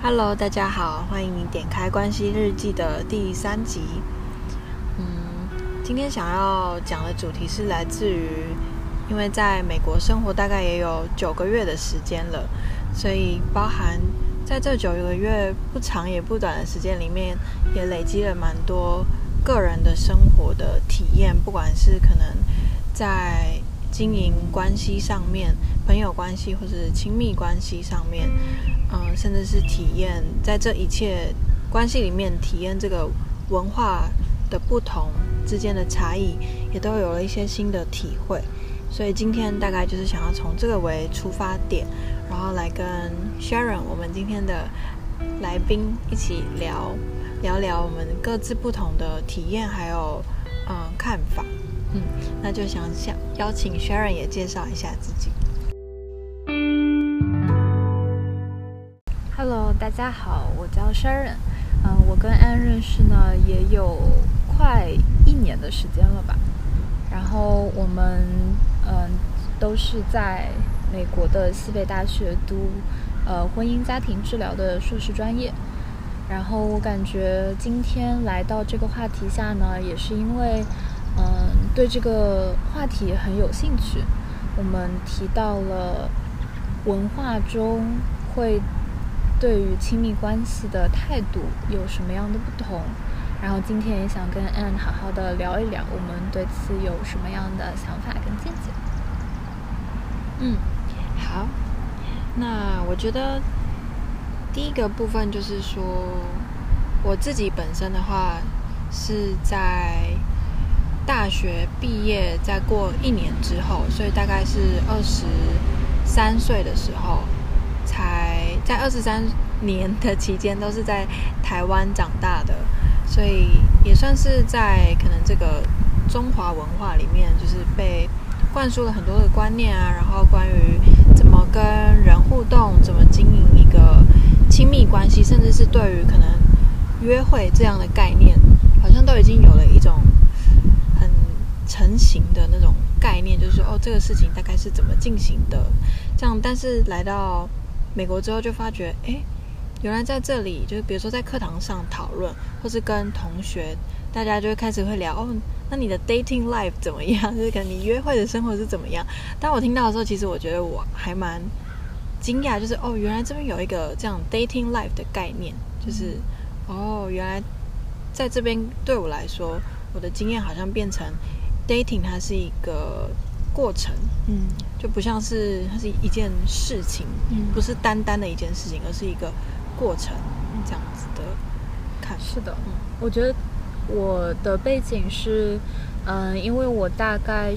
Hello， 大家好，欢迎你点开关系日记的第3集。今天想要讲的主题是来自于，因为在美国生活大概也有9个月的时间了，所以包含在这9个月不长也不短的时间里面，也累积了蛮多个人的生活的体验，不管是可能在经营关系上面、朋友关系或者亲密关系上面，甚至是体验在这一切关系里面体验这个文化的不同之间的差异，也都有了一些新的体会。所以今天大概就是想要从这个为出发点，然后来跟 Sharon 我们今天的来宾一起聊聊我们各自不同的体验还有看法。那就想邀请 Sharon 也介绍一下自己。 Hello， 大家好，我叫 Sharon。我跟 Ann 认识呢也有快1年的时间了吧。然后我们都是在美国的西北大学读婚姻家庭治疗的硕士专业。然后我感觉今天来到这个话题下呢，也是因为对这个话题很有兴趣。我们提到了文化中会对于亲密关系的态度有什么样的不同，然后今天也想跟 Ann 好好的聊一聊我们对此有什么样的想法跟见解。 好，那我觉得第一个部分就是说，我自己本身的话是在大学毕业再过1年之后，所以大概是23岁的时候，才在23年的期间都是在台湾长大的，所以也算是在可能这个中华文化里面，就是被灌输了很多的观念啊，然后关于怎么跟人互动，怎么经营一个亲密关系，甚至是对于可能约会这样的概念，好像都已经有了一种很成型的那种概念，就是说这个事情大概是怎么进行的这样。但是来到美国之后就发觉，原来在这里就是比如说在课堂上讨论，或是跟同学大家就会开始会聊那你的 dating life 怎么样，就是可能你约会的生活是怎么样。当我听到的时候，其实我觉得我还蛮惊讶，就是原来这边有一个这样 dating life 的概念，就是原来在这边对我来说，我的经验好像变成 dating 它是一个过程，就不像是它是一件事情，不是单单的一件事情，而是一个过程，这样子的看法。 是的，我觉得我的背景是，因为我大概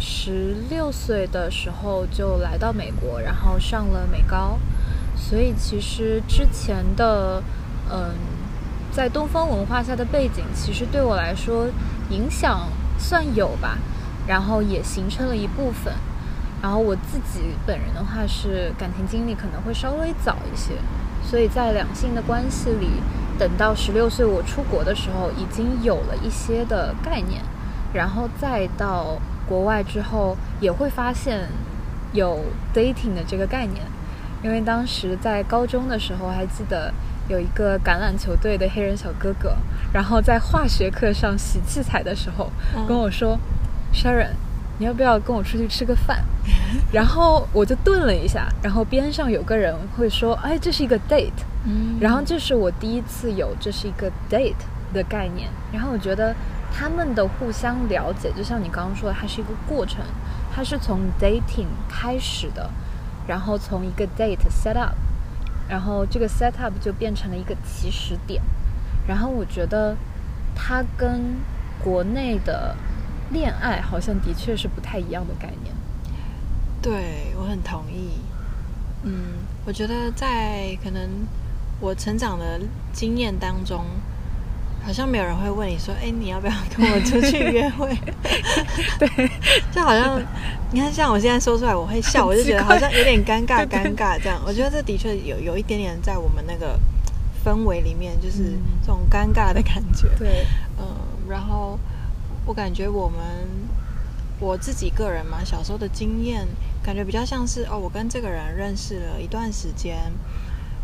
16岁的时候就来到美国，然后上了美高，所以其实之前的，在东方文化下的背景，其实对我来说影响算有吧，然后也形成了一部分。然后我自己本人的话是感情经历可能会稍微早一些，所以在两性的关系里，等到16岁我出国的时候已经有了一些的概念，然后再到国外之后也会发现有 dating 的这个概念。因为当时在高中的时候还记得有一个橄榄球队的黑人小哥哥，然后在化学课上洗器材的时候跟我说，Sharon，你要不要跟我出去吃个饭？然后我就顿了一下，然后边上有个人会说，这是一个 date，然后这是我第一次有这是一个 date 的概念。然后我觉得他们的互相了解，就像你刚刚说的，它是一个过程，它是从 dating 开始的，然后从一个 date set up， 然后这个 set up 就变成了一个起始点。然后我觉得它跟国内的恋爱好像的确是不太一样的概念。 对，我很同意。我觉得在可能我成长的经验当中，好像没有人会问你说，你要不要跟我出去约会？ 对， 就好像你看，像我现在说出来我会笑，我就觉得好像有点尴尬这样。我觉得这的确有一点点在我们那个氛围里面，就是这种尴尬的感觉。 对， 然后我感觉我自己个人嘛，小时候的经验感觉比较像是我跟这个人认识了一段时间，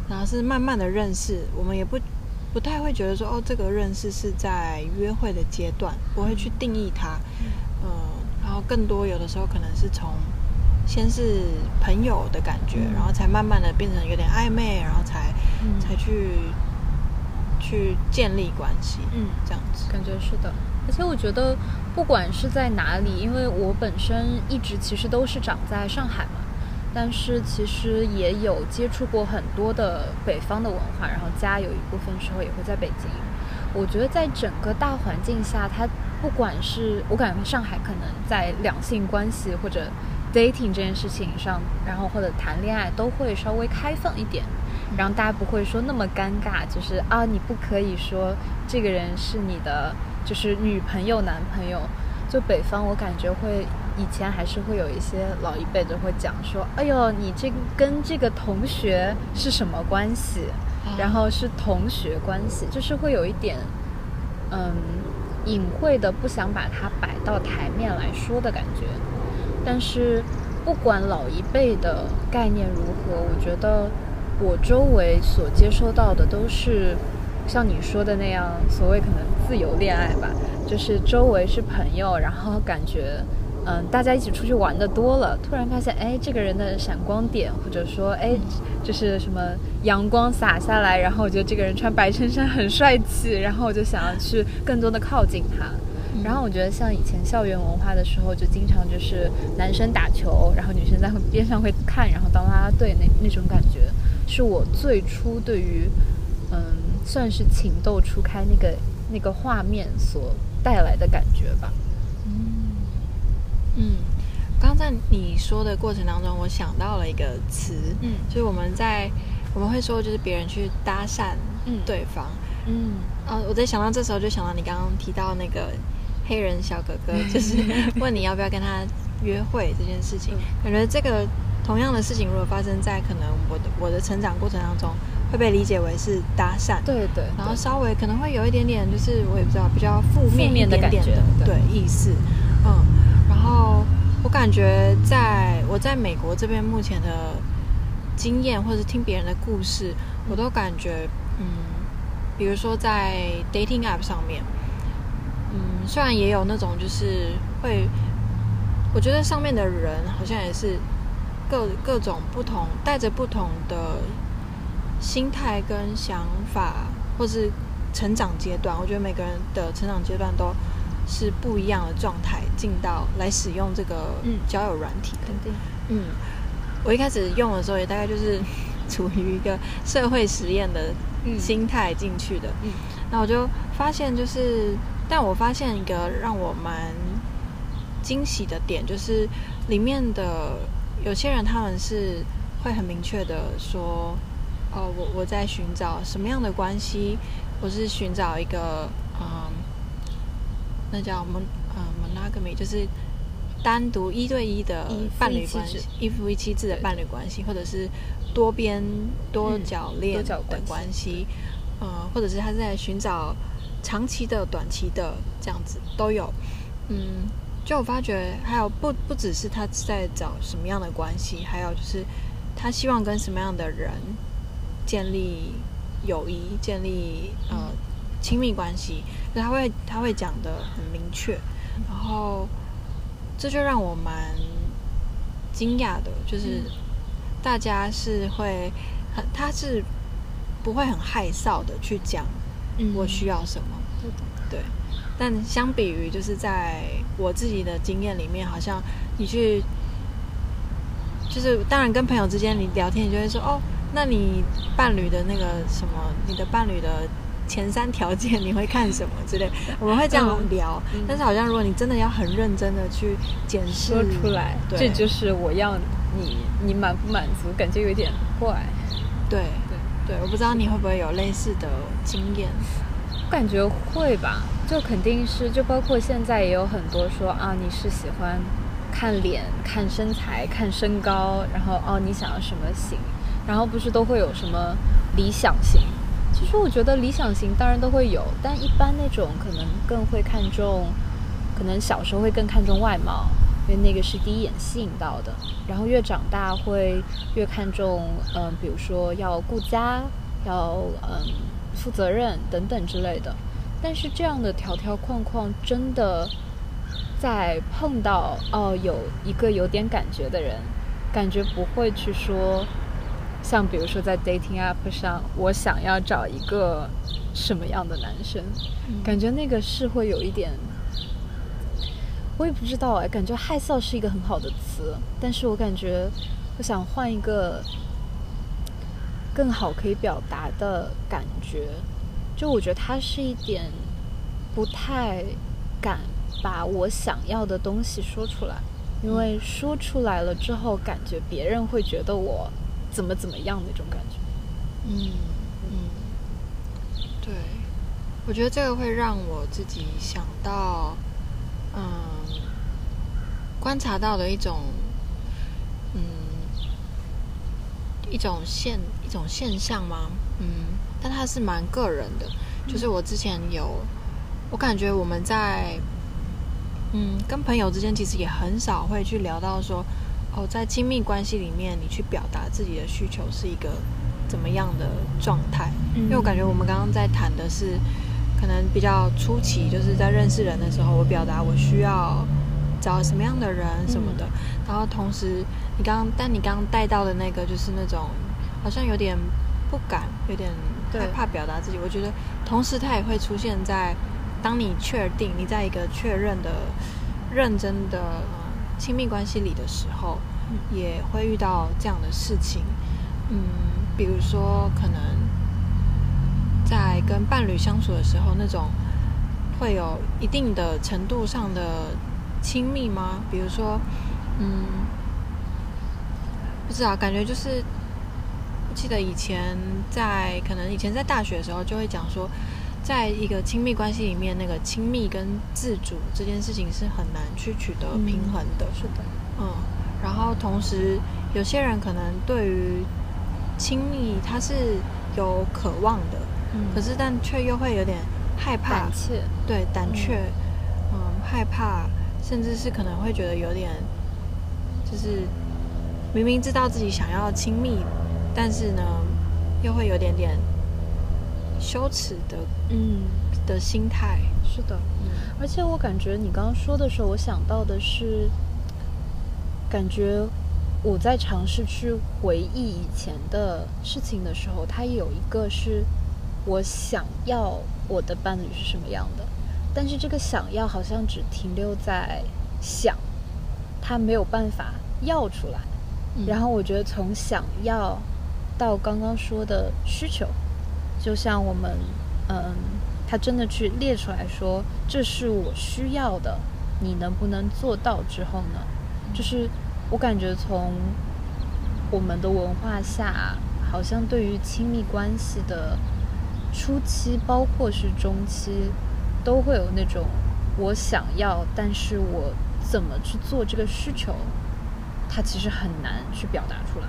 然后是慢慢的认识，我们也不太会觉得说这个认识是在约会的阶段，不会去定义它，然后更多有的时候可能是从先是朋友的感觉，然后才慢慢的变成有点暧昧，然后才去建立关系，这样子感觉是的。而且我觉得不管是在哪里，因为我本身一直其实都是长在上海嘛，但是其实也有接触过很多的北方的文化，然后家有一部分时候也会在北京。我觉得在整个大环境下，它不管是我感觉上海可能在两性关系或者 dating 这件事情上，然后或者谈恋爱都会稍微开放一点，然后大家不会说那么尴尬，就是你不可以说这个人是你的就是女朋友男朋友。就北方我感觉会以前还是会有一些老一辈的会讲说，哎呦你这跟这个同学是什么关系，然后是同学关系，就是会有一点隐晦的不想把它摆到台面来说的感觉。但是不管老一辈的概念如何，我觉得我周围所接收到的都是像你说的那样，所谓可能自由恋爱吧，就是周围是朋友，然后感觉大家一起出去玩的多了，突然发现这个人的闪光点，或者说就是什么阳光洒下来，然后我觉得这个人穿白衬衫很帅气，然后我就想要去更多的靠近他。然后我觉得像以前校园文化的时候，就经常就是男生打球，然后女生在边上会看，然后当啦啦队那种感觉，是我最初对于算是情窦初开那个画面所带来的感觉吧。 刚在你说的过程当中，我想到了一个词，就是我们会说就是别人去搭讪对方，我在想到这时候就想到你刚刚提到那个黑人小哥哥，就是问你要不要跟他约会这件事情，感觉这个同样的事情如果发生在可能我的成长过程当中，会被理解为是搭讪， 对， 然后稍微可能会有一点点就是我也不知道比较负面一点点的对意思，然后我感觉我在美国这边目前的经验或者听别人的故事，我都感觉比如说在 dating app 上面，虽然也有那种就是我觉得上面的人好像也是各种不同，带着不同的心态跟想法，或是成长阶段，我觉得每个人的成长阶段都是不一样的状态进到来使用这个交友软体的。 肯定。 我一开始用的时候也大概就是处于一个社会实验的心态进去的。那我就发现但我发现一个让我蛮惊喜的点，就是里面的有些人他们是会很明确的说，我在寻找什么样的关系，我是寻找一个那叫monogamy， 就是单独1对1的伴侣关系，一夫一妻制的伴侣关系，或者是多边多角恋的关系，或者是他在寻找长期的、短期的这样子都有。就我发觉还有不只是他在找什么样的关系，还有就是他希望跟什么样的人建立友谊，建立亲密关系，就他会讲得很明确，然后这就让我蛮惊讶的，就是大家是会他是不会很害臊的去讲我需要什么，对。但相比于就是在我自己的经验里面，好像你去就是当然跟朋友之间你聊天，你就会说那你伴侣的那个什么，你的伴侣的前3条件你会看什么之类，我们会这样聊。但是好像如果你真的要很认真的去检视说出来，这就是我要你满不满足，感觉有点怪。 对，我不知道你会不会有类似的经验。 我感觉会吧，就肯定是，就包括现在也有很多说你是喜欢看脸、看身材、看身高，然后你想要什么型，然后不是都会有什么理想型。其实我觉得理想型当然都会有，但一般那种可能更会看重，可能小时候会更看重外貌， 因为那个是第一眼吸引到的。然后越长大会越看重，比如说要顾家，要负责任等等之类的。但是这样的条条框框真的在碰到有一个有点感觉的人，感觉不会去说，像比如说在 dating app 上，我想要找一个什么样的男生，感觉那个是会有一点，我也不知道感觉害臊是一个很好的词，但是我感觉我想换一个更好可以表达的感觉，就我觉得他是一点不太敢把我想要的东西说出来，因为说出来了之后，感觉别人会觉得我怎么样那种感觉。 对，我觉得这个会让我自己想到，观察到的一种现象吗？但它是蛮个人的，就是我之前我感觉我们在跟朋友之间其实也很少会去聊到说，在亲密关系里面你去表达自己的需求是一个怎么样的状态。因为我感觉我们刚刚在谈的是可能比较初期，就是在认识人的时候，我表达我需要找什么样的人什么的，然后同时你刚刚带到的那个就是那种好像有点不敢，有点害怕表达自己。我觉得同时它也会出现在当你确定你在一个确认的认真的亲密关系里的时候，也会遇到这样的事情。比如说可能在跟伴侣相处的时候，那种会有一定的程度上的亲密吗？比如说不知道，感觉就是我记得以前在大学的时候就会讲说，在一个亲密关系里面，那个亲密跟自主这件事情是很难去取得平衡的。 是的。 然后同时有些人可能对于亲密他是有渴望的，可是但却又会有点害怕， 胆怯， 对，胆怯，害怕，甚至是可能会觉得有点，就是明明知道自己想要亲密，但是呢，又会有点点羞耻的心态。 是的。而且我感觉你刚刚说的时候，我想到的是，感觉我在尝试去回忆以前的事情的时候，它有一个是我想要我的伴侣是什么样的，但是这个想要好像只停留在想，它没有办法要出来。然后我觉得从想要到刚刚说的需求，就像我们他真的去列出来说这是我需要的，你能不能做到之后呢，就是我感觉从我们的文化下，好像对于亲密关系的初期包括是中期，都会有那种我想要，但是我怎么去做这个需求，它其实很难去表达出来。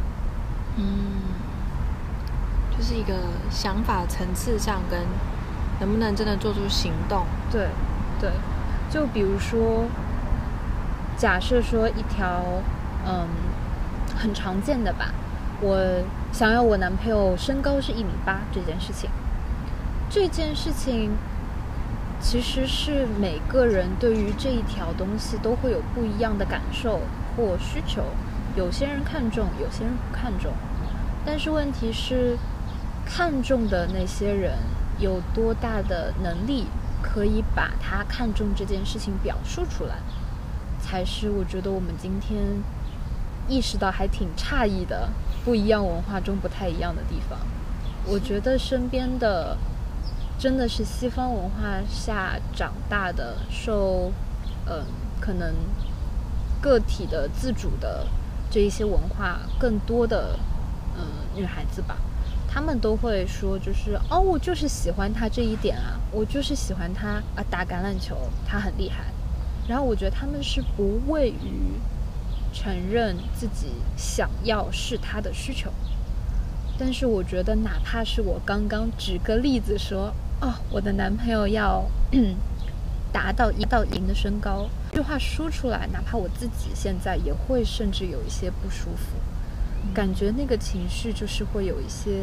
就是一个想法层次上跟能不能真的做出行动。 对，就比如说假设说一条很常见的吧，我想要我男朋友身高是1.8米这件事情其实是每个人对于这一条东西都会有不一样的感受或需求，有些人看重，有些人不看重。但是问题是，看重的那些人有多大的能力可以把他看重这件事情表述出来，才是我觉得我们今天意识到还挺诧异的不一样文化中不太一样的地方。我觉得身边的真的是西方文化下长大的，受可能个体的自主的这一些文化更多的女孩子吧，她们都会说就是我就是喜欢他这一点啊，我就是喜欢他打橄榄球他很厉害。然后我觉得他们是不畏于承认自己想要是他的需求。但是我觉得哪怕是我刚刚举个例子说我的男朋友要达到1到1的身高， 这句话说出来，哪怕我自己现在也会甚至有一些不舒服，感觉那个情绪就是会有一些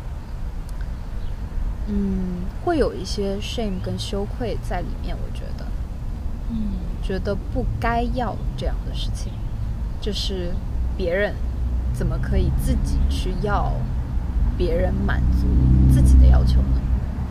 会有一些 shame 跟羞愧在里面，我觉得觉得不该要这样的事情，就是别人怎么可以自己去要别人满足自己的要求呢？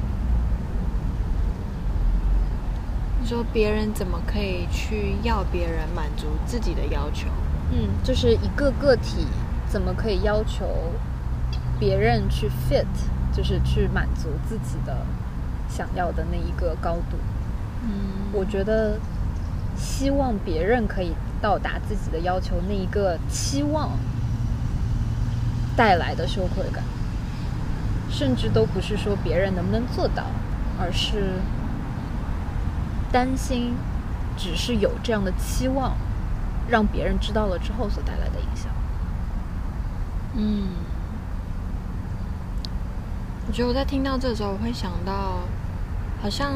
你说别人怎么可以去要别人满足自己的要求？ 就是一个个体怎么可以要求别人去 fit， 就是去满足自己的想要的那一个高度。我觉得希望别人可以到达自己的要求，那一个期望带来的羞愧感，甚至都不是说别人能不能做到，而是担心只是有这样的期望让别人知道了之后所带来的影响。 我觉得我在听到这时候，我会想到好像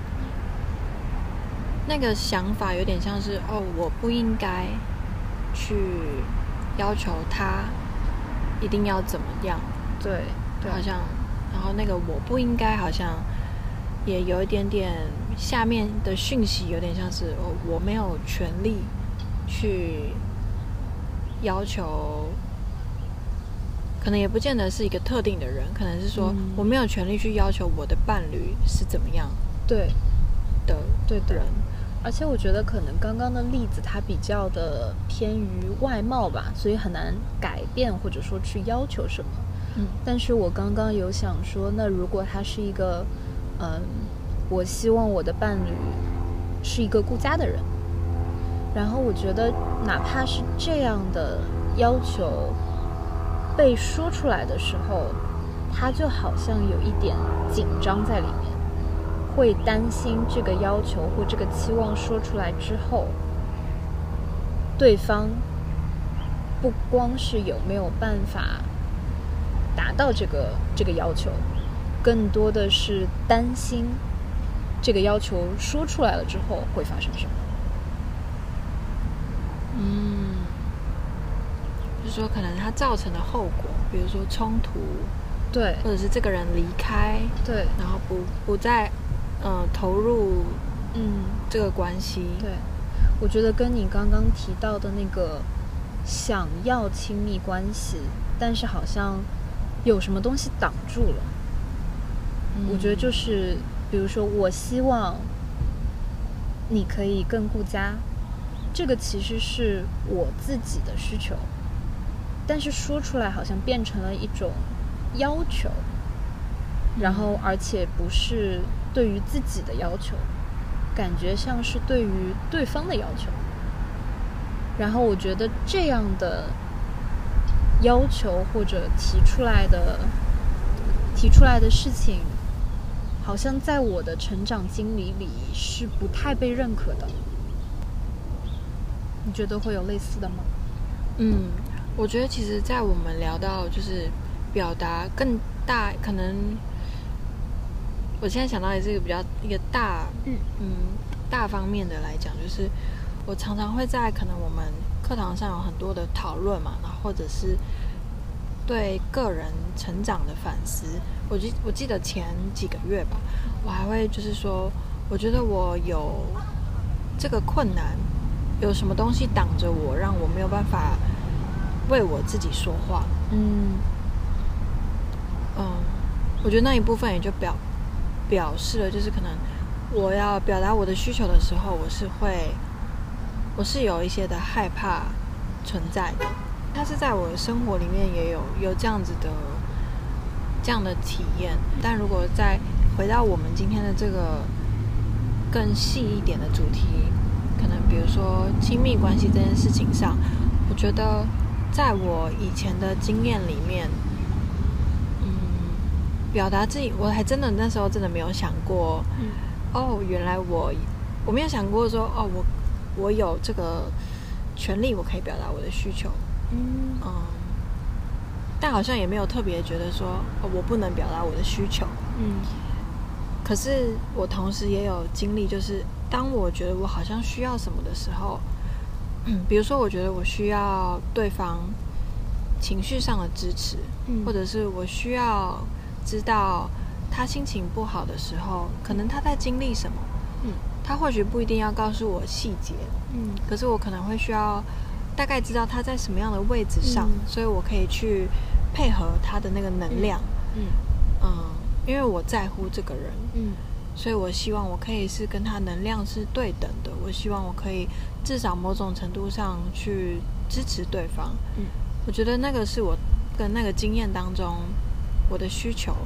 那个想法有点像是我不应该去要求他一定要怎么样， 对， 好像，然后那个我不应该好像也有一点点下面的讯息，有点像是我没有权利去要求，可能也不见得是一个特定的人，可能是说我没有权利去要求我的伴侣是怎么样对的人。 而且我觉得可能刚刚的例子它比较的偏于外貌吧，所以很难改变或者说去要求什么。但是我刚刚有想说，那如果他是一个我希望我的伴侣是一个顾家的人，然后我觉得哪怕是这样的要求被说出来的时候，他就好像有一点紧张在里面，会担心这个要求或这个期望说出来之后，对方不光是有没有办法达到这个要求，更多的是担心这个要求说出来了之后会发生什么。 就是说可能它造成的后果，比如说冲突， 对， 或者是这个人离开， 对， 然后不再投入这个关系。 对，我觉得跟你刚刚提到的那个想要亲密关系，但是好像有什么东西挡住了。我觉得就是比如说我希望你可以更顾家，这个其实是我自己的需求，但是说出来好像变成了一种要求，然后而且不是对于自己的要求，感觉像是对于对方的要求。然后我觉得这样的要求或者提出来的事情，好像在我的成长经历里是不太被认可的。你觉得会有类似的吗？ 我觉得其实在我们聊到就是表达更大，可能我现在想到也是一个大方面的来讲，就是我常常会在可能我们课堂上有很多的讨论嘛，然后或者是对个人成长的反思。我记得前几个月吧，我还会就是说，我觉得我有这个困难，有什么东西挡着我，让我没有办法为我自己说话。我觉得那一部分也就表示了，就是可能我要表达我的需求的时候，我是有一些的害怕存在的。它是在我的生活里面也有这样的体验。但如果再回到我们今天的这个更细一点的主题，可能比如说亲密关系这件事情上，我觉得在我以前的经验里面，表达自己，我还真的那时候真的没有想过，原来我没有想过说，我有这个权利，我可以表达我的需求。但好像也没有特别觉得说，我不能表达我的需求。可是我同时也有经历，就是当我觉得我好像需要什么的时候，比如说我觉得我需要对方情绪上的支持，或者是我需要知道他心情不好的时候，可能他在经历什么，他或许不一定要告诉我细节，可是我可能会需要大概知道他在什么样的位置上，所以我可以去配合他的那个能量，因为我在乎这个人，所以我希望我可以是跟他能量是对等的，我希望我可以至少某种程度上去支持对方，我觉得那个是我跟那个经验当中我的需求，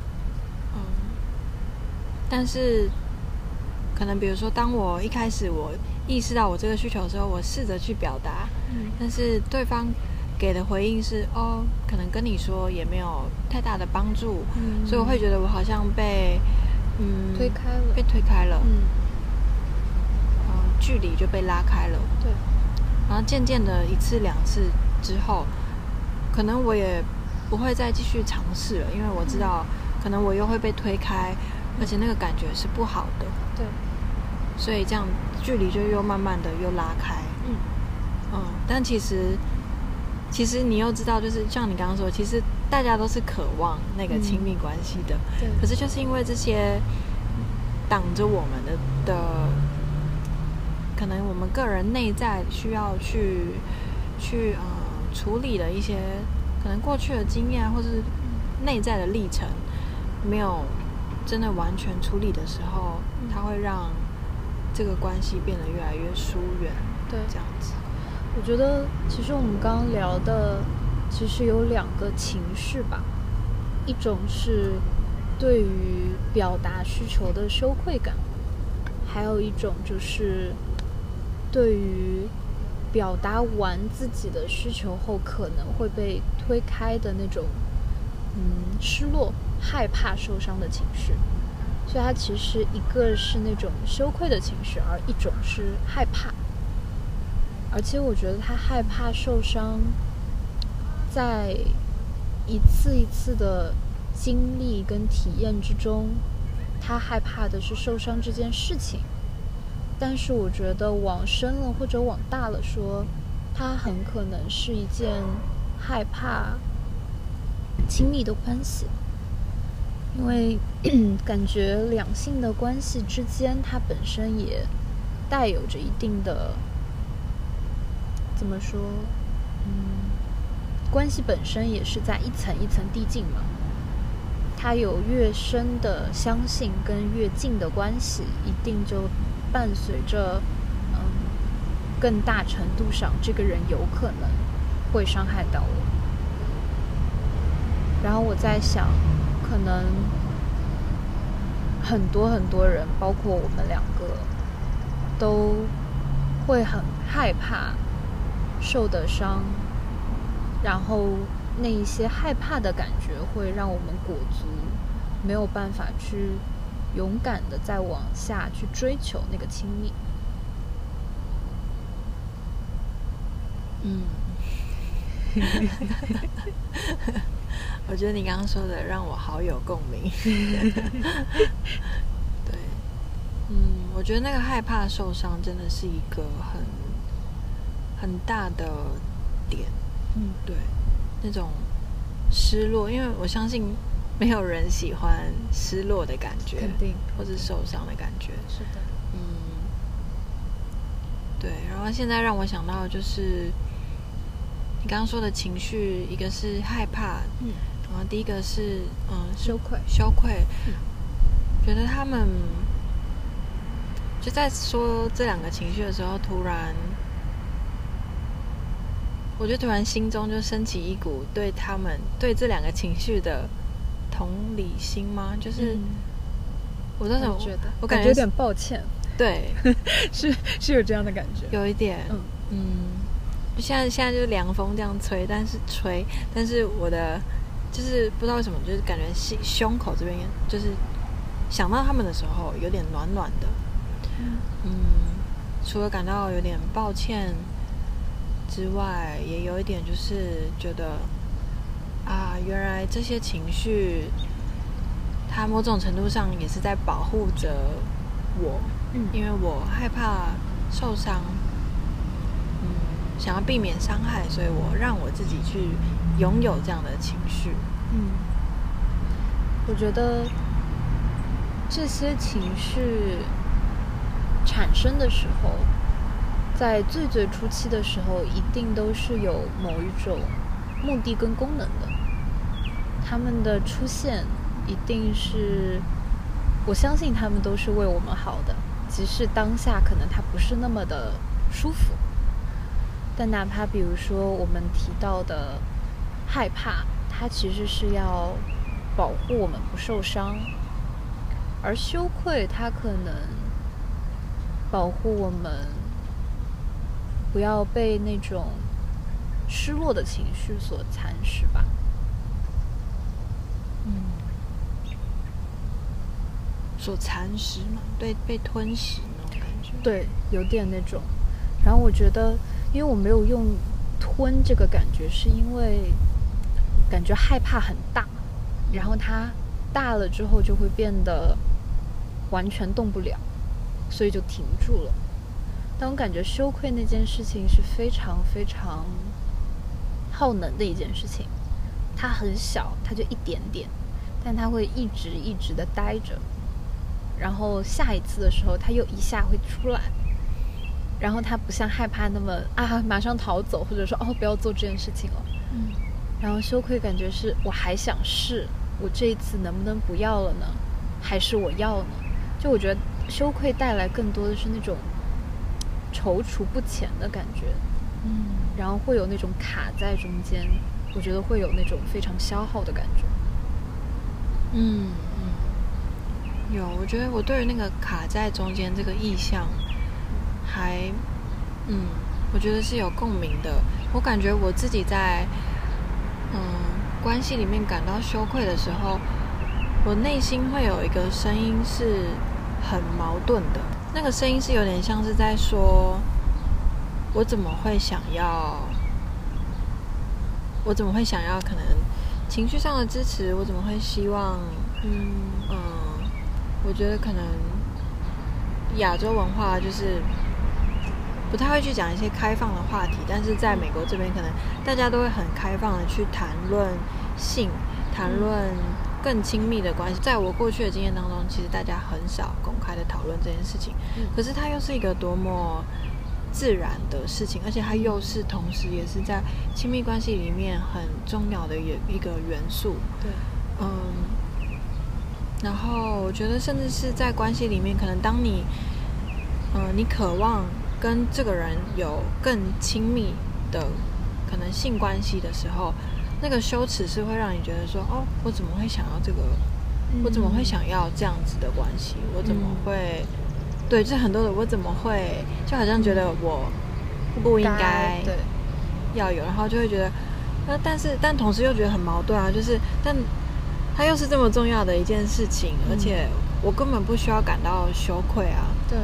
但是可能比如说当我一开始我意识到我这个需求的时候，我试着去表达，但是对方给的回应是可能跟你说也没有太大的帮助，所以我会觉得我好像被推开了，距离就被拉开了， 对， 然后渐渐的1次2次之后，可能我也不会再继续尝试了，因为我知道可能我又会被推开，而且那个感觉是不好的， 对， 所以这样距离就又慢慢的又拉开，但其实你又知道，就是像你刚刚说，其实大家都是渴望那个亲密关系的，可是就是因为这些挡着我们的可能我们个人内在需要去处理的一些可能过去的经验或是内在的历程没有真的完全处理的时候，它会让这个关系变得越来越疏远， 对， 这样子。 我觉得其实我们刚刚聊的其实有2个情绪吧，一种是对于表达需求的羞愧感，还有一种就是对于表达完自己的需求后可能会被推开的那种失落、害怕、受伤的情绪。所以它其实一个是那种羞愧的情绪，而一种是害怕。而且我觉得他害怕受伤，在一次一次的经历跟体验之中，他害怕的是受伤这件事情。但是我觉得往深了或者往大了说，他很可能是一件害怕亲密的关系，因为感觉两性的关系之间，它本身也带有着一定的怎么说？关系本身也是在一层一层递进嘛。它有越深的相信跟越近的关系，一定就伴随着更大程度上，这个人有可能会伤害到我。然后我在想，可能很多很多人，包括我们2个，都会很害怕受的伤，然后那一些害怕的感觉会让我们裹足，没有办法去勇敢的再往下去追求那个亲密。 我觉得你刚刚说的让我好有共鸣。对，我觉得那个害怕受伤真的是一个很大的点。对，那种失落，因为我相信没有人喜欢失落的感觉， 肯定， 或是受伤的感觉。 是的， 对。然后现在让我想到就是你刚刚说的情绪，一个是害怕，然后第一个是羞愧， 觉得他们就在说这2个情绪的时候，我就突然心中就升起一股对这2个情绪的同理心吗？就是我那种觉得， 我感觉有点抱歉。 对， 是有这样的感觉， 有一点，现在就是凉风这样吹，但是我的就是不知道为什么，就是感觉胸口这边就是想到他们的时候有点暖暖的，除了感到有点抱歉之外，也有一点就是觉得原来这些情绪它某种程度上也是在保护着我， 因为我害怕受伤，想要避免伤害，所以我让我自己去拥有这样的情绪。 我觉得这些情绪产生的时候，在最最初期的时候，一定都是有某一种目的跟功能的。他们的出现一定是，我相信他们都是为我们好的，即使当下可能它不是那么的舒服。但哪怕比如说我们提到的害怕，它其实是要保护我们不受伤，而羞愧它可能保护我们不要被那种失落的情绪所蚕食吧。 所蚕食嘛，被吞噬那种感觉。 对，有点那种。然后我觉得因为我没有用吞这个感觉，是因为感觉害怕很大，然后它大了之后就会变得完全动不了，所以就停住了。但我感觉羞愧那件事情是非常非常耗能的一件事情，它很小，它就一点点，但它会一直一直的待着，然后下一次的时候它又一下会出来，然后它不像害怕那么马上逃走，或者说不要做这件事情了。然后羞愧感觉是我还想试，我这一次能不能不要了呢？还是我要呢？就我觉得羞愧带来更多的是那种踌躇不前的感觉，然后会有那种卡在中间，我觉得会有那种非常消耗的感觉。 有，我觉得我对于那个卡在中间这个意象还我觉得是有共鸣的。我感觉我自己在关系里面感到羞愧的时候，我内心会有一个声音是很矛盾的。那个声音是有点像是在说，我怎么会想要可能情绪上的支持，我怎么会希望我觉得可能亚洲文化就是不太会去讲一些开放的话题，但是在美国这边可能大家都会很开放的去谈论性，谈论更亲密的关系。在我过去的经验当中，其实大家很少公开的讨论这件事情，可是它又是一个多么自然的事情，而且它又是同时也是在亲密关系里面很重要的一个元素。 对， 然后我觉得甚至是在关系里面，可能当你你渴望跟这个人有更亲密的可能性关系的时候，那个羞耻是会让你觉得说，我怎么会想要这个，我怎么会想要这样子的关系，我怎么会对，这很多的我怎么会，就好像觉得我不应该要有，然后就会觉得但同时又觉得很矛盾啊，就是但它又是这么重要的一件事情，而且我根本不需要感到羞愧啊。 对。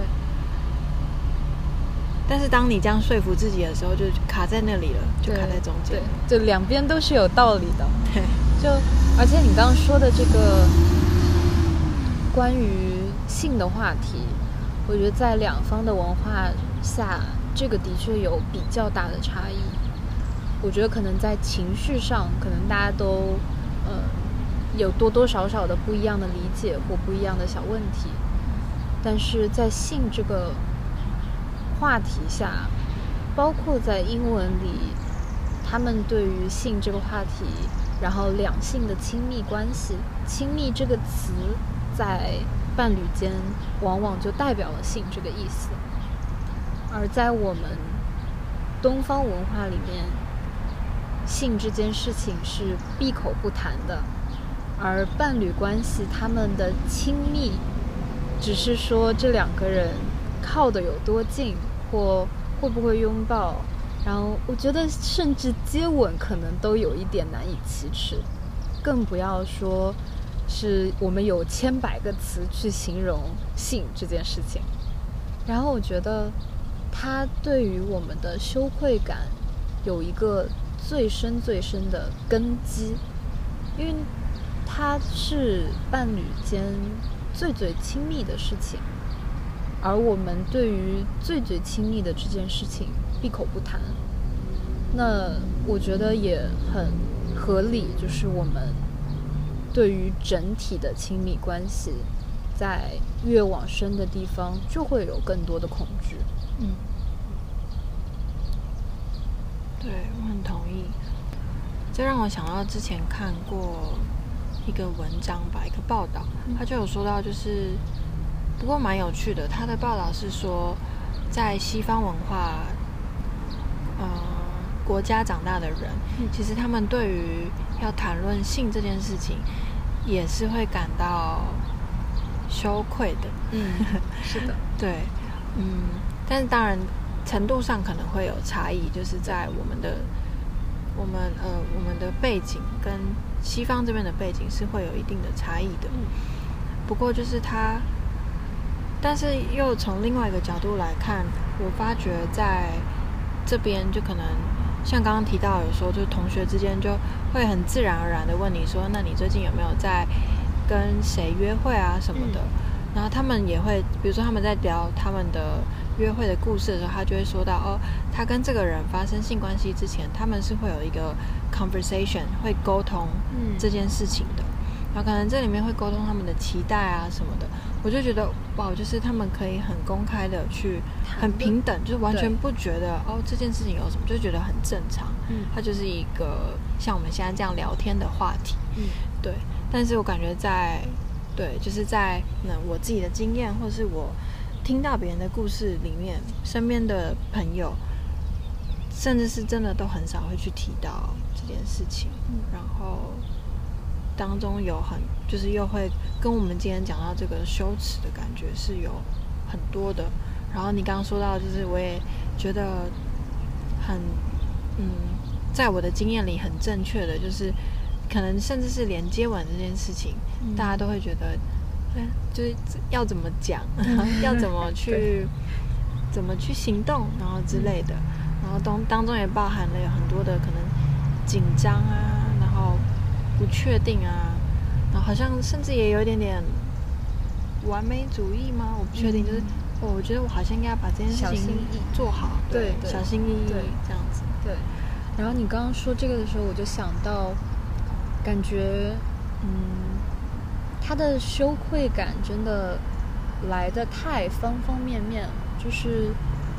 但是当你这样说服自己的时候，就卡在那里了，就卡在中间。 对，就两边都是有道理的。 对， 而且你刚刚说的这个关于性的话题，我觉得在两方的文化下，这个的确有比较大的差异。我觉得可能在情绪上，可能大家都有多多少少的不一样的理解或不一样的小问题，但是在性这个话题下，包括在英文里，他们对于性这个话题，然后两性的亲密关系，亲密这个词在伴侣间往往就代表了性这个意思。而在我们东方文化里面，性这件事情是闭口不谈的，而伴侣关系他们的亲密只是说这两个人靠得有多近，或会不会拥抱，然后我觉得甚至接吻可能都有一点难以启齿，更不要说是我们有千百个词去形容性这件事情。然后我觉得它对于我们的羞愧感有一个最深最深的根基，因为它是伴侣间最最亲密的事情， 而我们对于最最亲密的这件事情闭口不谈，那我觉得也很合理，就是我们对于整体的亲密关系在越往深的地方就会有更多的恐惧。 对，我很同意。这让我想到之前看过一个文章吧，一个报道，他就有说到，就是不过蛮有趣的。他的报道是说，在西方文化国家长大的人，其实他们对于要谈论性这件事情，也是会感到羞愧的。 是的， 对，但是当然程度上可能会有差异，就是在我们的背景跟西方这边的背景是会有一定的差异的。不过就是但是又从另外一个角度来看，我发觉在这边就可能像刚刚提到有说，就是同学之间就会很自然而然的问你说，那你最近有没有在跟谁约会啊什么的。然后他们也会，比如说他们在聊他们的约会的故事的时候，他就会说到他跟这个人发生性关系之前，他们是会有一个 conversation 会沟通这件事情的。然后可能这里面会沟通他们的期待啊什么的。我就觉得哇，就是他们可以很公开的去很平等，就是完全不觉得这件事情有什么，就觉得很正常。它就是一个像我们现在这样聊天的话题。对。但是我感觉就是在我自己的经验，或是我听到别人的故事里面，身边的朋友，甚至是真的都很少会去提到这件事情。然后当中有就是又会跟我们今天讲到这个羞耻的感觉是有很多的。然后你刚刚说到，就是我也觉得很在我的经验里很正确的，就是可能甚至是连接吻这件事情，大家都会觉得就是要怎么讲，要怎么去行动，然后之类的。然后当中也包含了有很多的可能紧张啊，然后不确定啊，然后好像甚至也有一点点完美主义吗？我不确定，就是我觉得我好像应该把这件事情做好，对，小心翼翼这样子。 对。然后你刚刚说这个的时候，我就想到，感觉他的羞愧感真的来得太方方面面，就是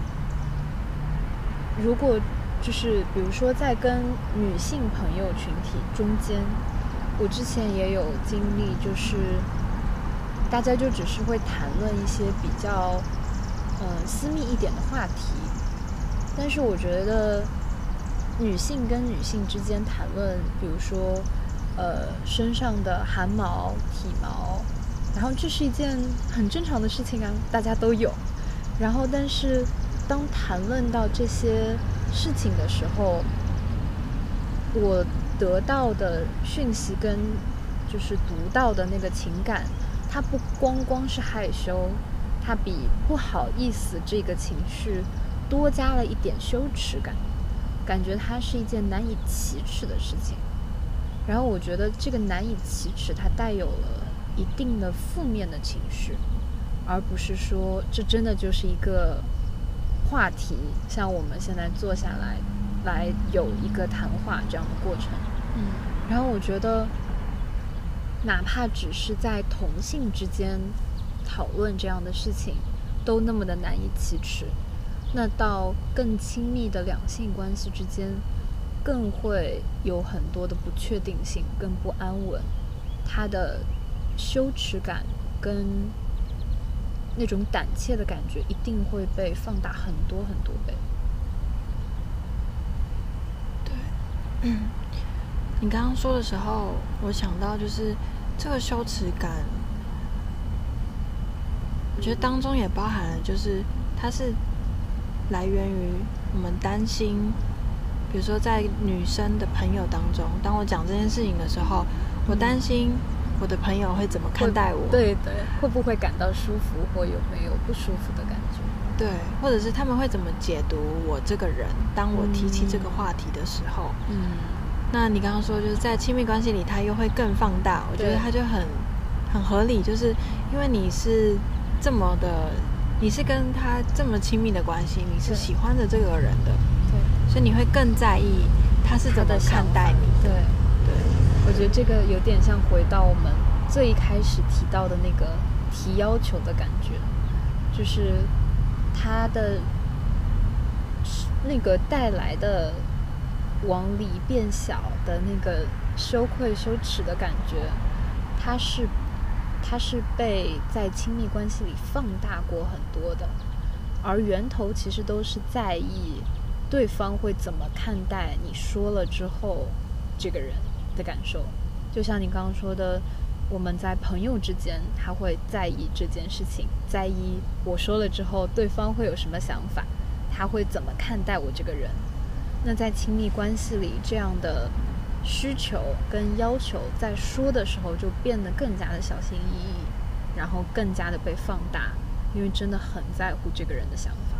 如果就是比如说在跟女性朋友群体中间，我之前也有经历，就是大家就只是会谈论一些比较私密一点的话题，但是我觉得女性跟女性之间谈论，比如说身上的汗毛、体毛，然后这是一件很正常的事情啊，大家都有。然后但是当谈论到这些事情的时候，我得到的讯息跟就是读到的那个情感，它不光是害羞，它比不好意思这个情绪多加了一点羞耻感，感觉它是一件难以启齿的事情。然后我觉得这个难以启齿，它带有了一定的负面的情绪，而不是说这真的就是一个话题，像我们现在坐下来有一个谈话这样的过程。然后我觉得哪怕只是在同性之间讨论这样的事情都那么的难以启齿，那到更亲密的两性关系之间更会有很多的不确定性，更不安稳，他的羞耻感跟那种胆怯的感觉一定会被放大很多很多倍。 对，你刚刚说的时候，我想到就是这个羞耻感，我觉得当中也包含了，就是它是来源于我们担心，比如说在女生的朋友当中，当我讲这件事情的时候，我担心我的朋友会怎么看待我， 对，会不会感到舒服，或有没有不舒服的感觉， 对，或者是他们会怎么解读我这个人，当我提起这个话题的时候。那你刚刚说就是在亲密关系里它又会更放大，我觉得它就很合理，就是因为你是这么的你是跟他这么亲密的关系，你是喜欢着这个人的， 对， 所以你会更在意他是怎么看待你的。 对，我觉得这个有点像回到我们最一开始提到的那个提要求的感觉，就是他的那个带来的往里变小的那个羞愧羞耻的感觉，它是被在亲密关系里放大过很多的，而源头其实都是在意对方会怎么看待你说了之后这个人的感受。就像你刚刚说的，我们在朋友之间他会在意这件事情，在意我说了之后对方会有什么想法，他会怎么看待我这个人。那在亲密关系里，这样的需求跟要求在说的时候就变得更加的小心翼翼，然后更加的被放大，因为真的很在乎这个人的想法。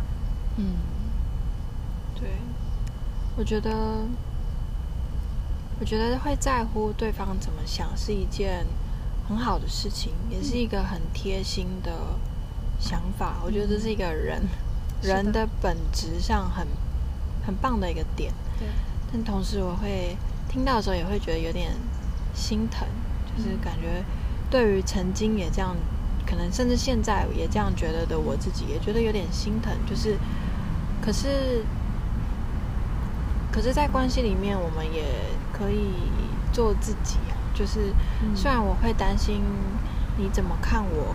对，我觉得会在乎对方怎么想是一件很好的事情，也是一个很贴心的想法。我觉得这是一个人的本质上很棒的一个点。 对， 但同时我会听到的时候也会觉得有点心疼，就是感觉对于曾经也这样，可能甚至现在也这样觉得的我自己，也觉得有点心疼。就是可是在关系里面我们也可以做自己啊，就是虽然我会担心你怎么看我，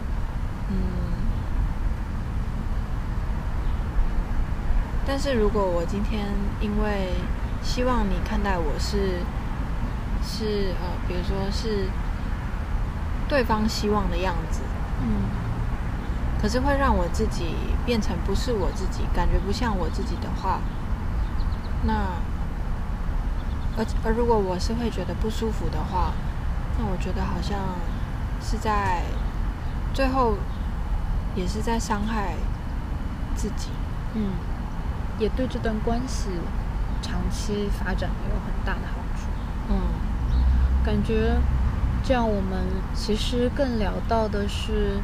但是如果我今天因为希望你看待我是比如说是对方希望的样子，可是会让我自己变成不是我自己，感觉不像我自己的话，那而如果我是会觉得不舒服的话，那我觉得好像是在最后也是在伤害自己。 也对这段关系长期发展没有很大的好处。感觉这样我们其实更聊到的是，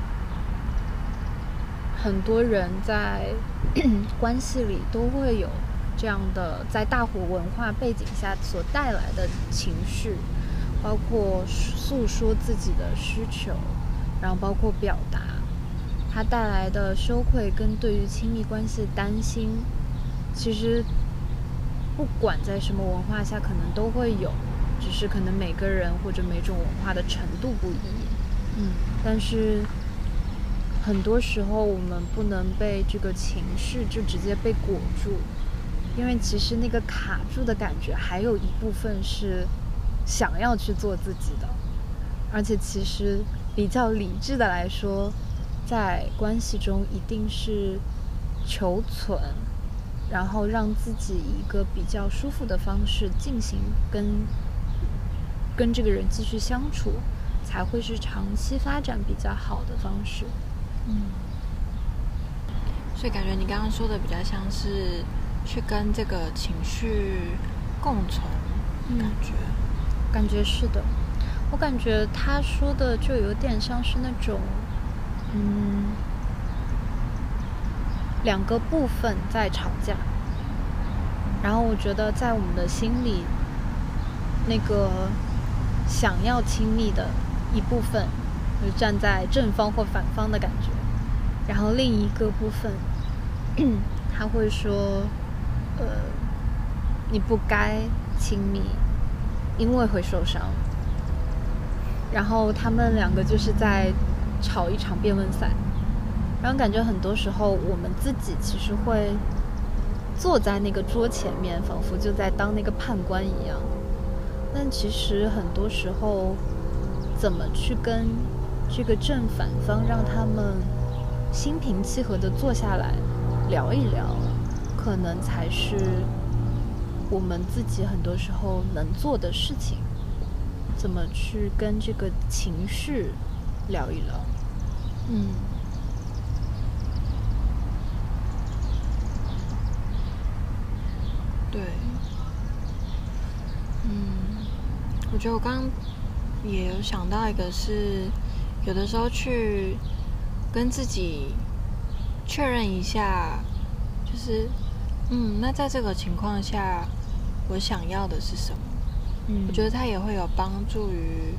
很多人在关系里都会有这样的在大伙文化背景下所带来的情绪，包括诉说自己的需求，然后包括表达它带来的羞愧跟对于亲密关系的担心，其实不管在什么文化下可能都会有，只是可能每个人或者每种文化的程度不一。但是很多时候我们不能被这个情绪就直接被裹住，因为其实那个卡住的感觉还有一部分是想要去做自己的，而且其实比较理智的来说，在关系中一定是求存，然后让自己以一个比较舒服的方式进行跟这个人继续相处，才会是长期发展比较好的方式。 所以感觉你刚刚说的比较像是去跟这个情绪共存， 感觉是的。我感觉他说的就有点像是那种两个部分在吵架，然后我觉得在我们的心里，那个想要亲密的一部分就站在正方或反方的感觉，然后另一个部分他会说你不该亲密，因为会受伤。然后他们两个就是在吵一场辩论赛，然后感觉很多时候我们自己其实会坐在那个桌前面，仿佛就在当那个判官一样，但其实很多时候怎么去跟这个正反方让他们心平气和地坐下来聊一聊，可能才是我们自己很多时候能做的事情。怎么去跟这个情绪聊一聊。 对。我觉得我刚刚也有想到一个是，有的时候去跟自己确认一下，就是那在这个情况下，我想要的是什么？我觉得它也会有帮助于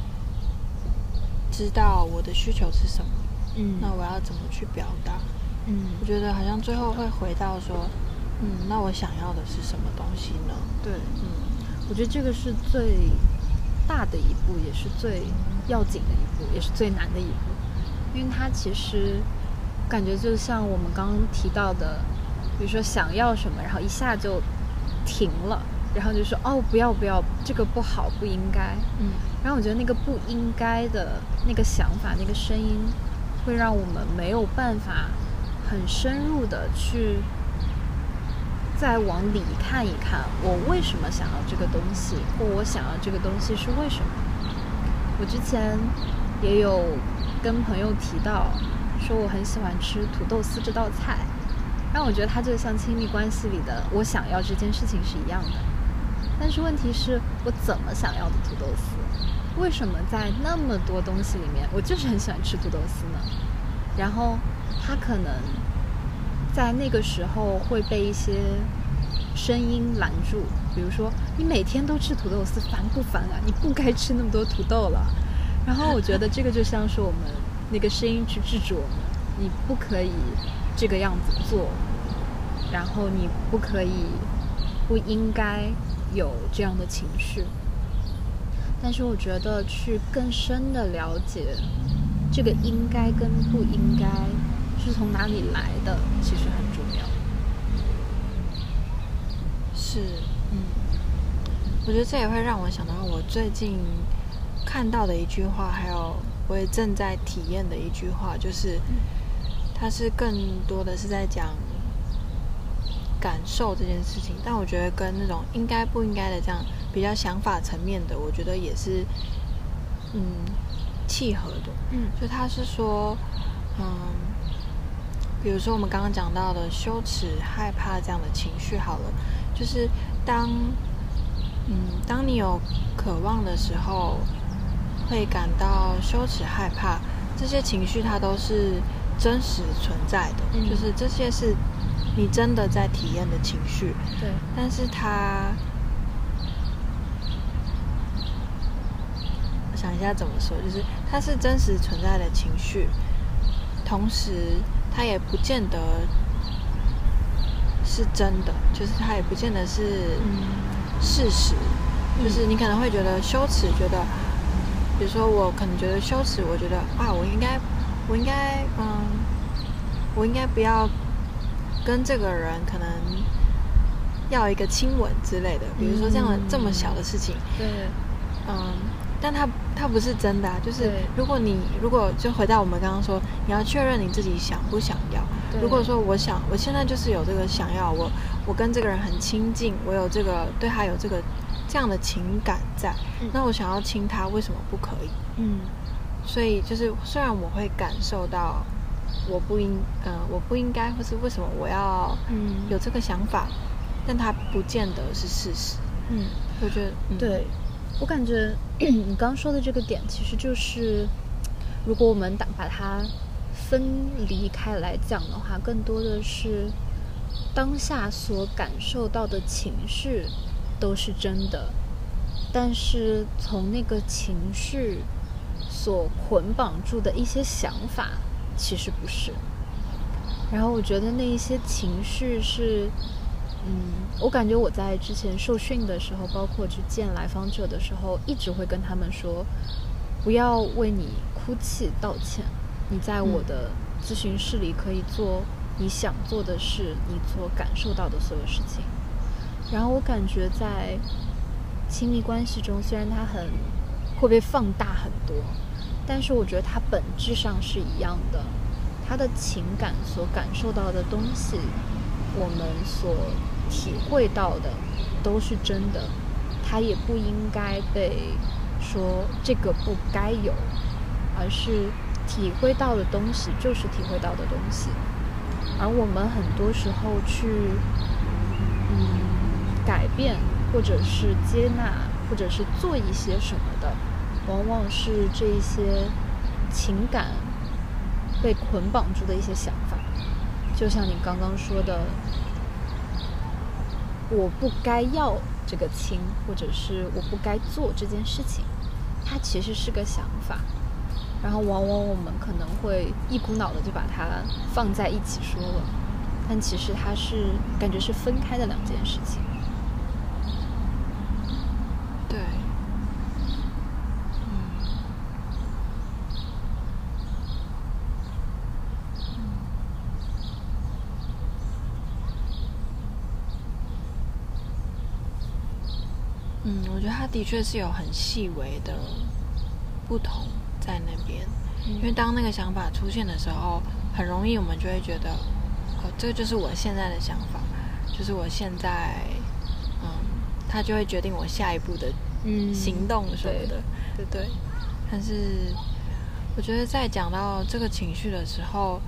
知道我的需求是什么。那我要怎么去表达？我觉得好像最后会回到说，那我想要的是什么东西呢？ 对，我觉得这个是最大的一步，也是最要紧的一步，也是最难的一步，因为它其实感觉就像我们刚刚提到的，比如说想要什么，然后一下就停了，然后就说不要，这个不好，不应该。然后我觉得那个不应该的那个想法，那个声音，会让我们没有办法很深入的去再往里看一看，我为什么想要这个东西，或我想要这个东西是为什么。我之前也有跟朋友提到，说我很喜欢吃土豆丝这道菜，让我觉得它就像亲密关系里的我想要这件事情是一样的。但是问题是我怎么想要的土豆丝？为什么在那么多东西里面，我就是很喜欢吃土豆丝呢？然后它可能在那个时候会被一些声音拦住，比如说你每天都吃土豆丝，烦不烦啊？你不该吃那么多土豆了。然后我觉得这个就像是我们那个声音去制止我们，你不可以这个样子做，然后你不应该有这样的情绪。但是我觉得去更深的了解这个应该跟不应该是从哪里来的，其实很重要。 是，我觉得这也会让我想到我最近看到的一句话，还有我也正在体验的一句话，就是它是更多的是在讲感受这件事情，但我觉得跟那种应该不应该的这样比较想法层面的，我觉得也是契合的。就他是说比如说我们刚刚讲到的羞耻、害怕这样的情绪好了，就是当你有渴望的时候，会感到羞耻、害怕，这些情绪它都是真实存在的，就是这些是你真的在体验的情绪。 对， 但是我想一下怎么说，就是它是真实存在的情绪，同时它也不见得是真的，就是它也不见得是事实。就是你可能会觉得羞耻，觉得比如说我可能觉得羞耻，我觉得我应该不要跟这个人可能要一个亲吻之类的，比如说这么小的事情。 对， 但它不是真的就是如果就回到我们刚刚说，你要确认你自己想不想要。如果说我现在就是有这个想要，我跟这个人很亲近，我有这个对他有这样的情感在，那我想要亲他，为什么不可以？所以就是虽然我会感受到我不应该，或是为什么我要有这个想法，但它不见得是事实。我觉得对，我感觉你刚说的这个点其实就是如果我们把它分离开来讲的话，更多的是当下所感受到的情绪都是真的，但是从那个情绪所捆绑住的一些想法其实不是。然后我觉得那一些情绪是我感觉我在之前受训的时候，包括去见来访者的时候，一直会跟他们说，不要为你哭泣道歉，你在我的咨询室里可以做你想做的事，你所感受到的所有事情。然后我感觉在亲密关系中，虽然它会被放大很多，但是我觉得它本质上是一样的，它的情感所感受到的东西，我们所体会到的都是真的，它也不应该被说这个不该有，而是体会到的东西就是体会到的东西。而我们很多时候去改变，或者是接纳，或者是做一些什么的，往往是这一些情感被捆绑住的一些想法。 就像你刚刚说的，我不该要这个亲，或者是我不该做这件事情，它其实是个想法，然后往往我们可能会一股脑的就把它放在一起说了，但其实它是感觉是分开的两件事情。 对，我觉得它的确是有很细微的不同在那边，因为当那个想法出现的时候，很容易我们就会觉得，这个就是我现在的想法，就是我现在，它就会决定我下一步的行动什么的，对。但是我觉得在讲到这个情绪的时候，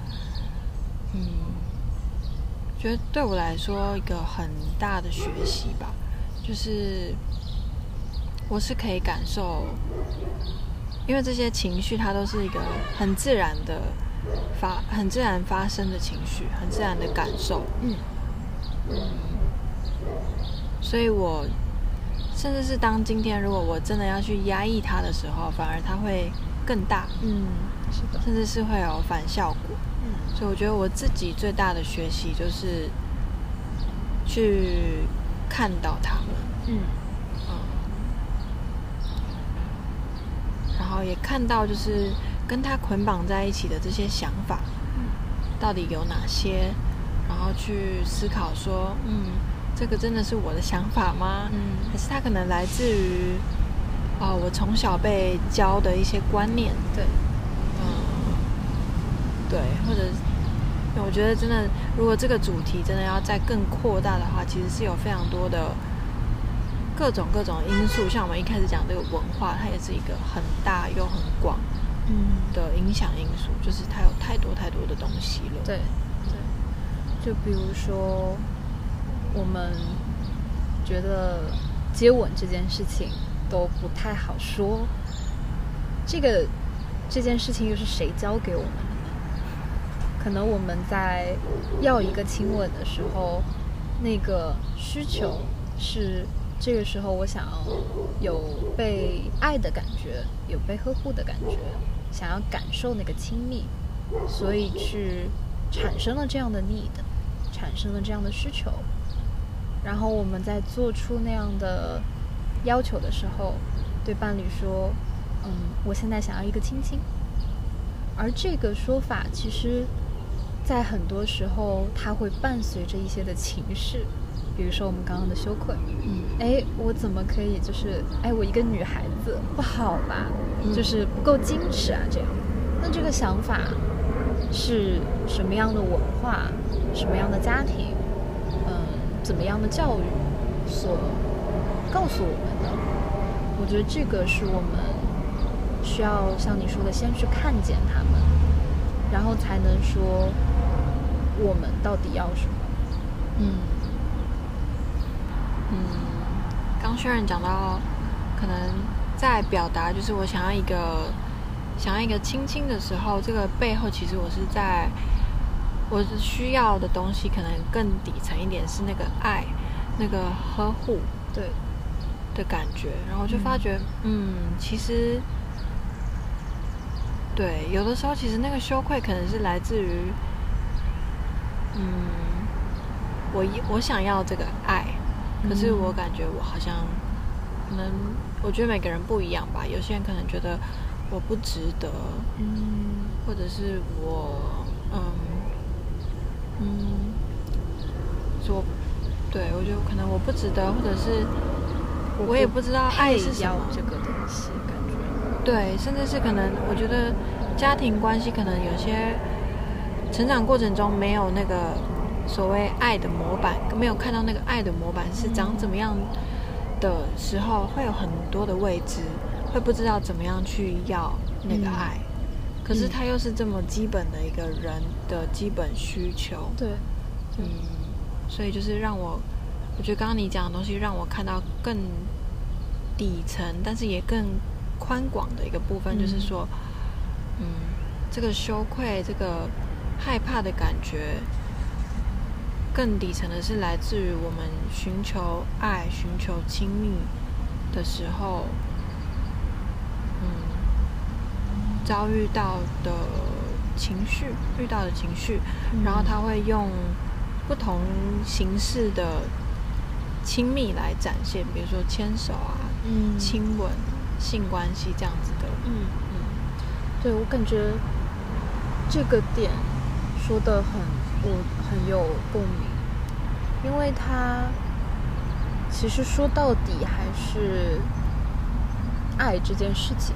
觉得对我来说一个很大的学习吧，就是我是可以感受，因为这些情绪它都是一个很自然发生的情绪，很自然的感受。所以我甚至是当今天如果我真的要去压抑它的时候，反而它会更大。 是的， 甚至是会有反效果。所以我觉得我自己最大的学习就是去看到它们。然后也看到就是跟它捆绑在一起的这些想法，到底有哪些，然后去思考说，这个真的是我的想法吗？还是它可能来自于我从小被教的一些观念？对，或者我觉得真的，如果这个主题真的要再更扩大的话，其实是有非常多的各种因素。像我们一开始讲这个文化，它也是一个很大又很广的影响因素，就是它有太多的东西了。 对，就比如说我们觉得接吻这件事情都不太好说，这件事情又是谁教给我们的呢？可能我们在要一个亲吻的时候，那个需求是这个时候我想要有被爱的感觉，有被呵护的感觉，想要感受那个亲密，所以去产生了这样的 need， 产生了这样的需求。然后我们在做出那样的要求的时候，对伴侣说，我现在想要一个亲亲。而这个说法其实在很多时候它会伴随着一些的情绪，比如说我们刚刚的羞愧，我怎么可以就是我一个女孩子不好吧，就是不够矜持啊这样。那这个想法是什么样的文化，什么样的家庭，怎么样的教育所告诉我们的？我觉得这个是我们需要像你说的先去看见他们，然后才能说我们到底要什么。 刚Sharon讲到可能在表达就是我想要一个亲亲的时候，这个背后其实我是需要的东西可能更底层一点，是那个爱，那个呵护的感觉。然后我就发觉其实对，有的时候其实那个羞愧可能是来自于我想要这个爱，可是我感觉我好像可能我觉得每个人不一样吧，有些人可能觉得我不值得，或者是我说对，我觉得可能我不值得，或者是我也不知道爱是什么这个东西，感觉对，甚至是可能我觉得家庭关系可能有些成长过程中没有那个所谓爱的模板，没有看到那个爱的模板是长怎么样的时候，会有很多的未知，会不知道怎么样去要那个爱，可是它又是这么基本的一个人的基本需求。 对， 所以就是我觉得刚刚你讲的东西让我看到更底层，但是也更宽广的一个部分，就是说这个羞愧，这个害怕的感觉， 更底层的是来自于我们寻求爱、寻求亲密的时候，遭遇到的情绪，然后他会用不同形式的亲密来展现，比如说牵手啊、亲吻、性关系这样子的。 对，我感觉这个点说得我很有共鸣，因为他其实说到底还是爱这件事情，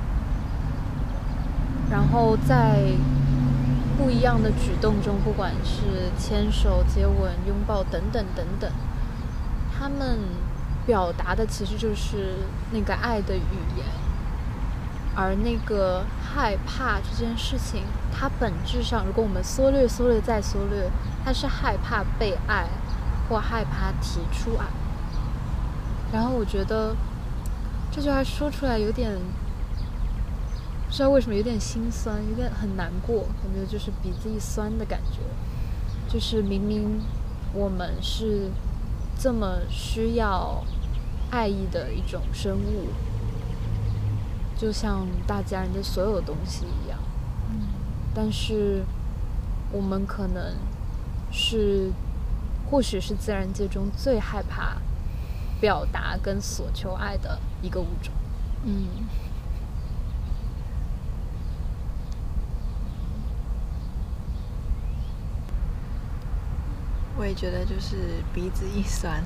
然后在不一样的举动中，不管是牵手、接吻、拥抱等等等等，他们表达的其实就是那个爱的语言。而那个害怕这件事情，它本质上，如果我们缩略再缩略，它是害怕被爱，或害怕提出爱。然后我觉得这句话说出来有点，不知道为什么有点心酸，有点很难过，感觉就是鼻子一酸的感觉。就是明明我们是这么需要爱意的一种生物，就像大自然的所有东西一样，但是我们可能或许是自然界中最害怕表达跟所求爱的一个物种。 我也觉得就是鼻子一酸，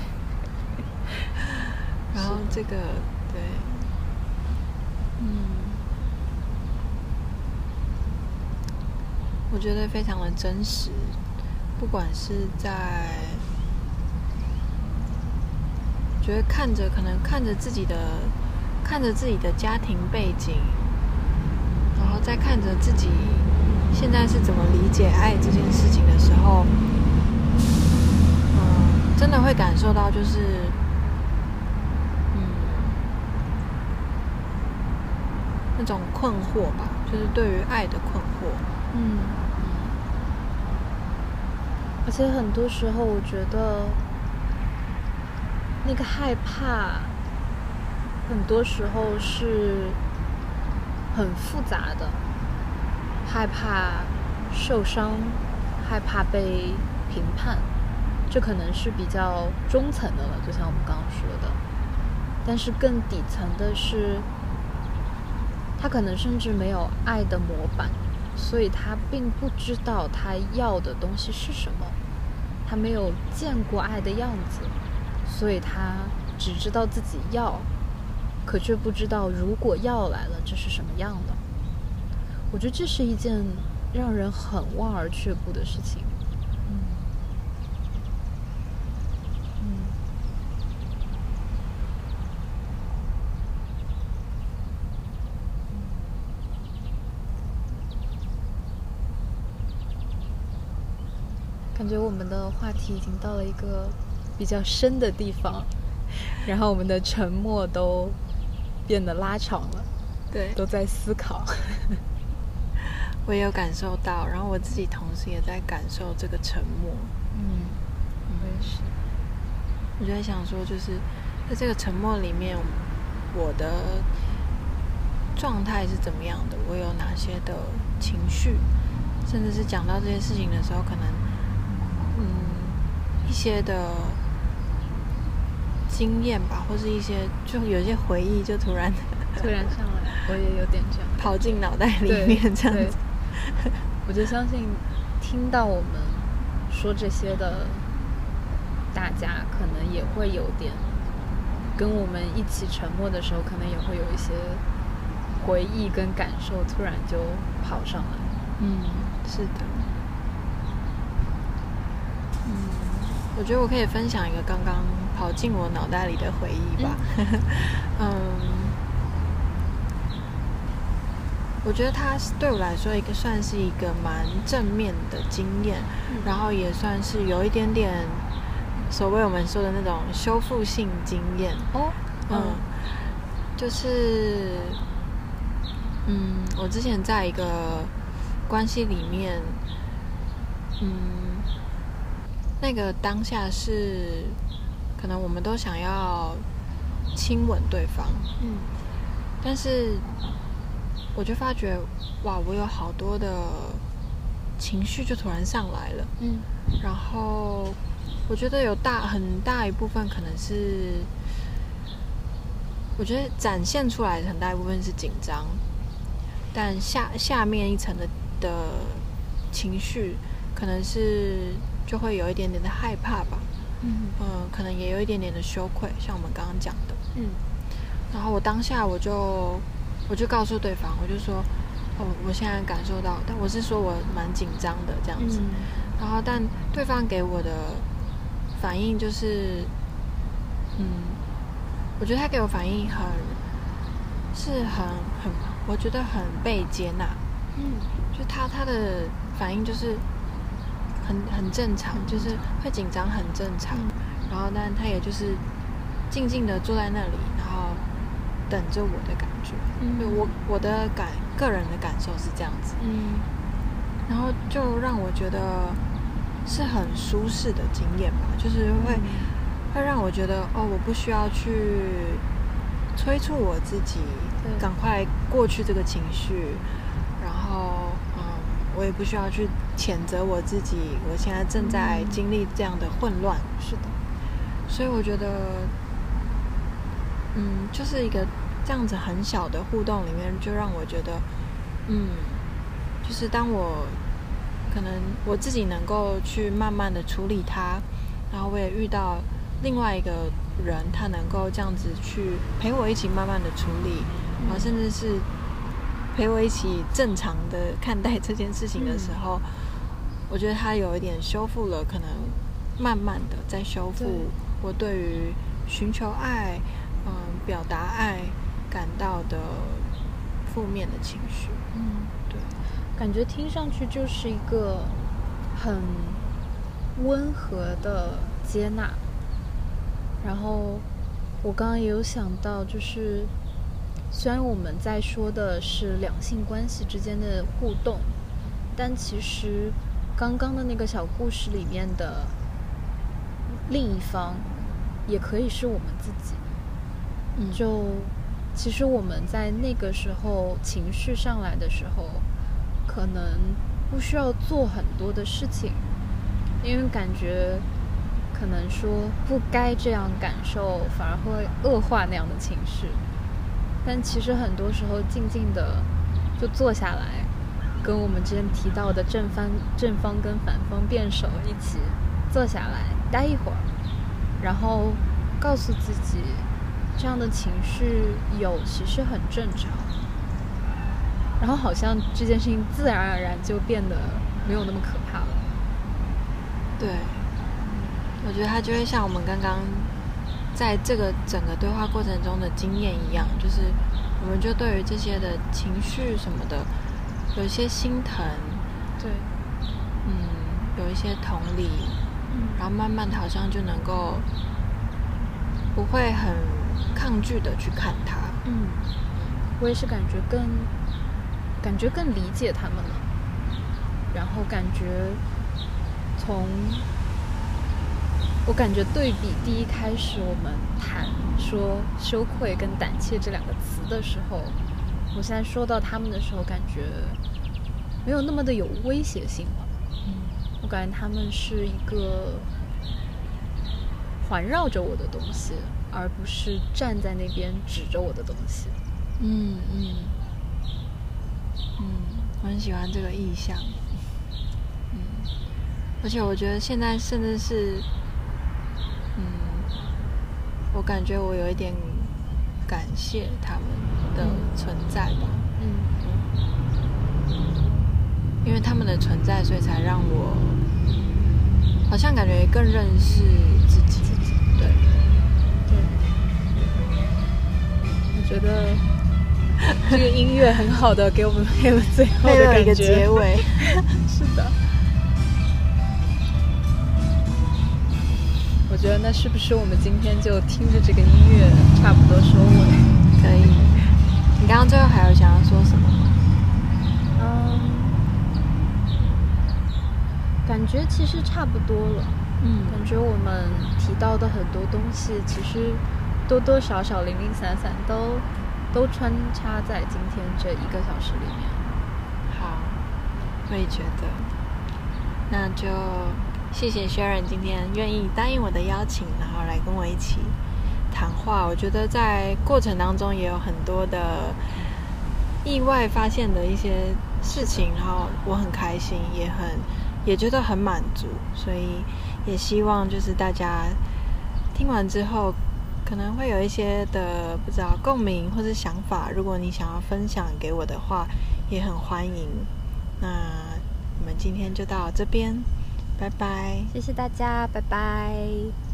然后这个对。我觉得非常的真实，不管是在觉得可能看着自己的家庭背景，然后再看着自己现在是怎么理解爱这件事情的时候，真的会感受到就是那种困惑吧，就是对于爱的困惑。 而且很多时候我觉得那个害怕很多时候是很复杂的，害怕受伤，害怕被评判，这可能是比较中层的了，就像我们刚刚说的。但是更底层的是，他可能甚至没有爱的模板，所以他并不知道他要的东西是什么，他没有见过爱的样子，所以他只知道自己要，可却不知道如果要来了这是什么样的。我觉得这是一件让人很望而却步的事情。感觉我们的话题已经到了一个比较深的地方，然后我们的沉默都变得拉长了， 对， 都在思考。 我也有感受到，然后我自己同时也在感受这个沉默。 我也是。 我就在想说，就是在这个沉默里面，我的状态是怎么样的？我有哪些的情绪？甚至是讲到这些事情的时候，可能一些的经验吧，或是一些就有一些回忆，就突然上来。我也有点这样跑进脑袋里面，这样子。 我就相信听到我们说这些的大家，可能也会有点跟我们一起沉默的时候，可能也会有一些回忆跟感受突然就跑上来。 是的。我觉得我可以分享一个刚刚跑进我脑袋里的回忆吧。我觉得它对我来说算是一个蛮正面的经验，然后也算是有一点点所谓我们说的那种修复性经验。就是我之前在一个关系里面， 那个当下是可能我们都想要亲吻对方，但是我就发觉哇，我有好多的情绪就突然上来了，然后我觉得有很大一部分可能是，我觉得展现出来的很大一部分是紧张，但下面一层的情绪可能是就会有一点点的害怕吧，可能也有一点点的羞愧，像我们刚刚讲的，然后我当下我就告诉对方，我就说，我现在感受到，但我是说我蛮紧张的这样子，然后但对方给我的反应就是，我觉得他给我反应我觉得很被接纳，就他的反应就是很正常，就是会紧张很正常，然后但他也就是静静的坐在那里，然后等着我的感觉，我的个人的感受是这样子，然后就让我觉得是很舒适的经验吧，就是会让我觉得我不需要去催促我自己赶快过去这个情绪，然后我也不需要去谴责我自己，我现在正在经历这样的混乱， 是的， 所以我觉得就是一个这样子很小的互动里面，就让我觉得就是当我可能我自己能够去慢慢的处理它，然后我也遇到另外一个人，他能够这样子去陪我一起慢慢的处理，然后甚至是陪我一起正常的看待这件事情的时候，我觉得他有一点修复了，可能慢慢的在修复我对于寻求爱表达爱感到的负面的情绪，对， 感觉听上去就是一个很温和的接纳。然后我刚刚也有想到，就是虽然我们在说的是两性关系之间的互动，但其实刚刚的那个小故事里面的另一方也可以是我们自己。就其实我们在那个时候情绪上来的时候，可能不需要做很多的事情，因为感觉可能说不该这样感受，反而会恶化那样的情绪。但其实很多时候静静的就坐下来，跟我们之前提到的正方跟反方辩手一起坐下来待一会儿，然后告诉自己这样的情绪其实很正常，然后好像这件事情自然而然就变得没有那么可怕了。 对，我觉得它就会像我们刚刚在这个整个对话过程中的经验一样，就是我们就对于这些的情绪什么的有一些心疼， 对， 有一些同理，然后慢慢的好像就能够不会很抗拒的去看它。 我也是感觉更理解他们了，然后我感觉对比第一开始我们谈说羞愧跟胆怯这两个词的时候，我现在说到他们的时候，感觉没有那么的有威胁性了。我感觉他们是一个环绕着我的东西，而不是站在那边指着我的东西。 我很喜欢这个意象。而且我觉得现在甚至是我感觉我有一点感谢他们的存在吧。因为他们的存在，所以才让我好像感觉更认识自己。对， 我觉得这个音乐很好的给我们配了最后的感觉， 一个结尾。 是的，我觉得那是不是我们今天就听着这个音乐差不多收尾？ 可以。你刚刚最后还有想要说什么吗？ 感觉其实差不多了。 感觉我们提到的很多东西，其实多多少少、零零散散都穿插在今天这1个小时里面。 好，我也觉得。那就谢谢 Sharon 今天愿意答应我的邀请，然后来跟我一起谈话。我觉得在过程当中也有很多的意外发现的一些事情，然后我很开心，也觉得很满足，所以也希望就是大家听完之后可能会有一些的不知道共鸣或是想法，如果你想要分享给我的话也很欢迎。那我们今天就到这边，拜拜。 谢谢大家，拜拜。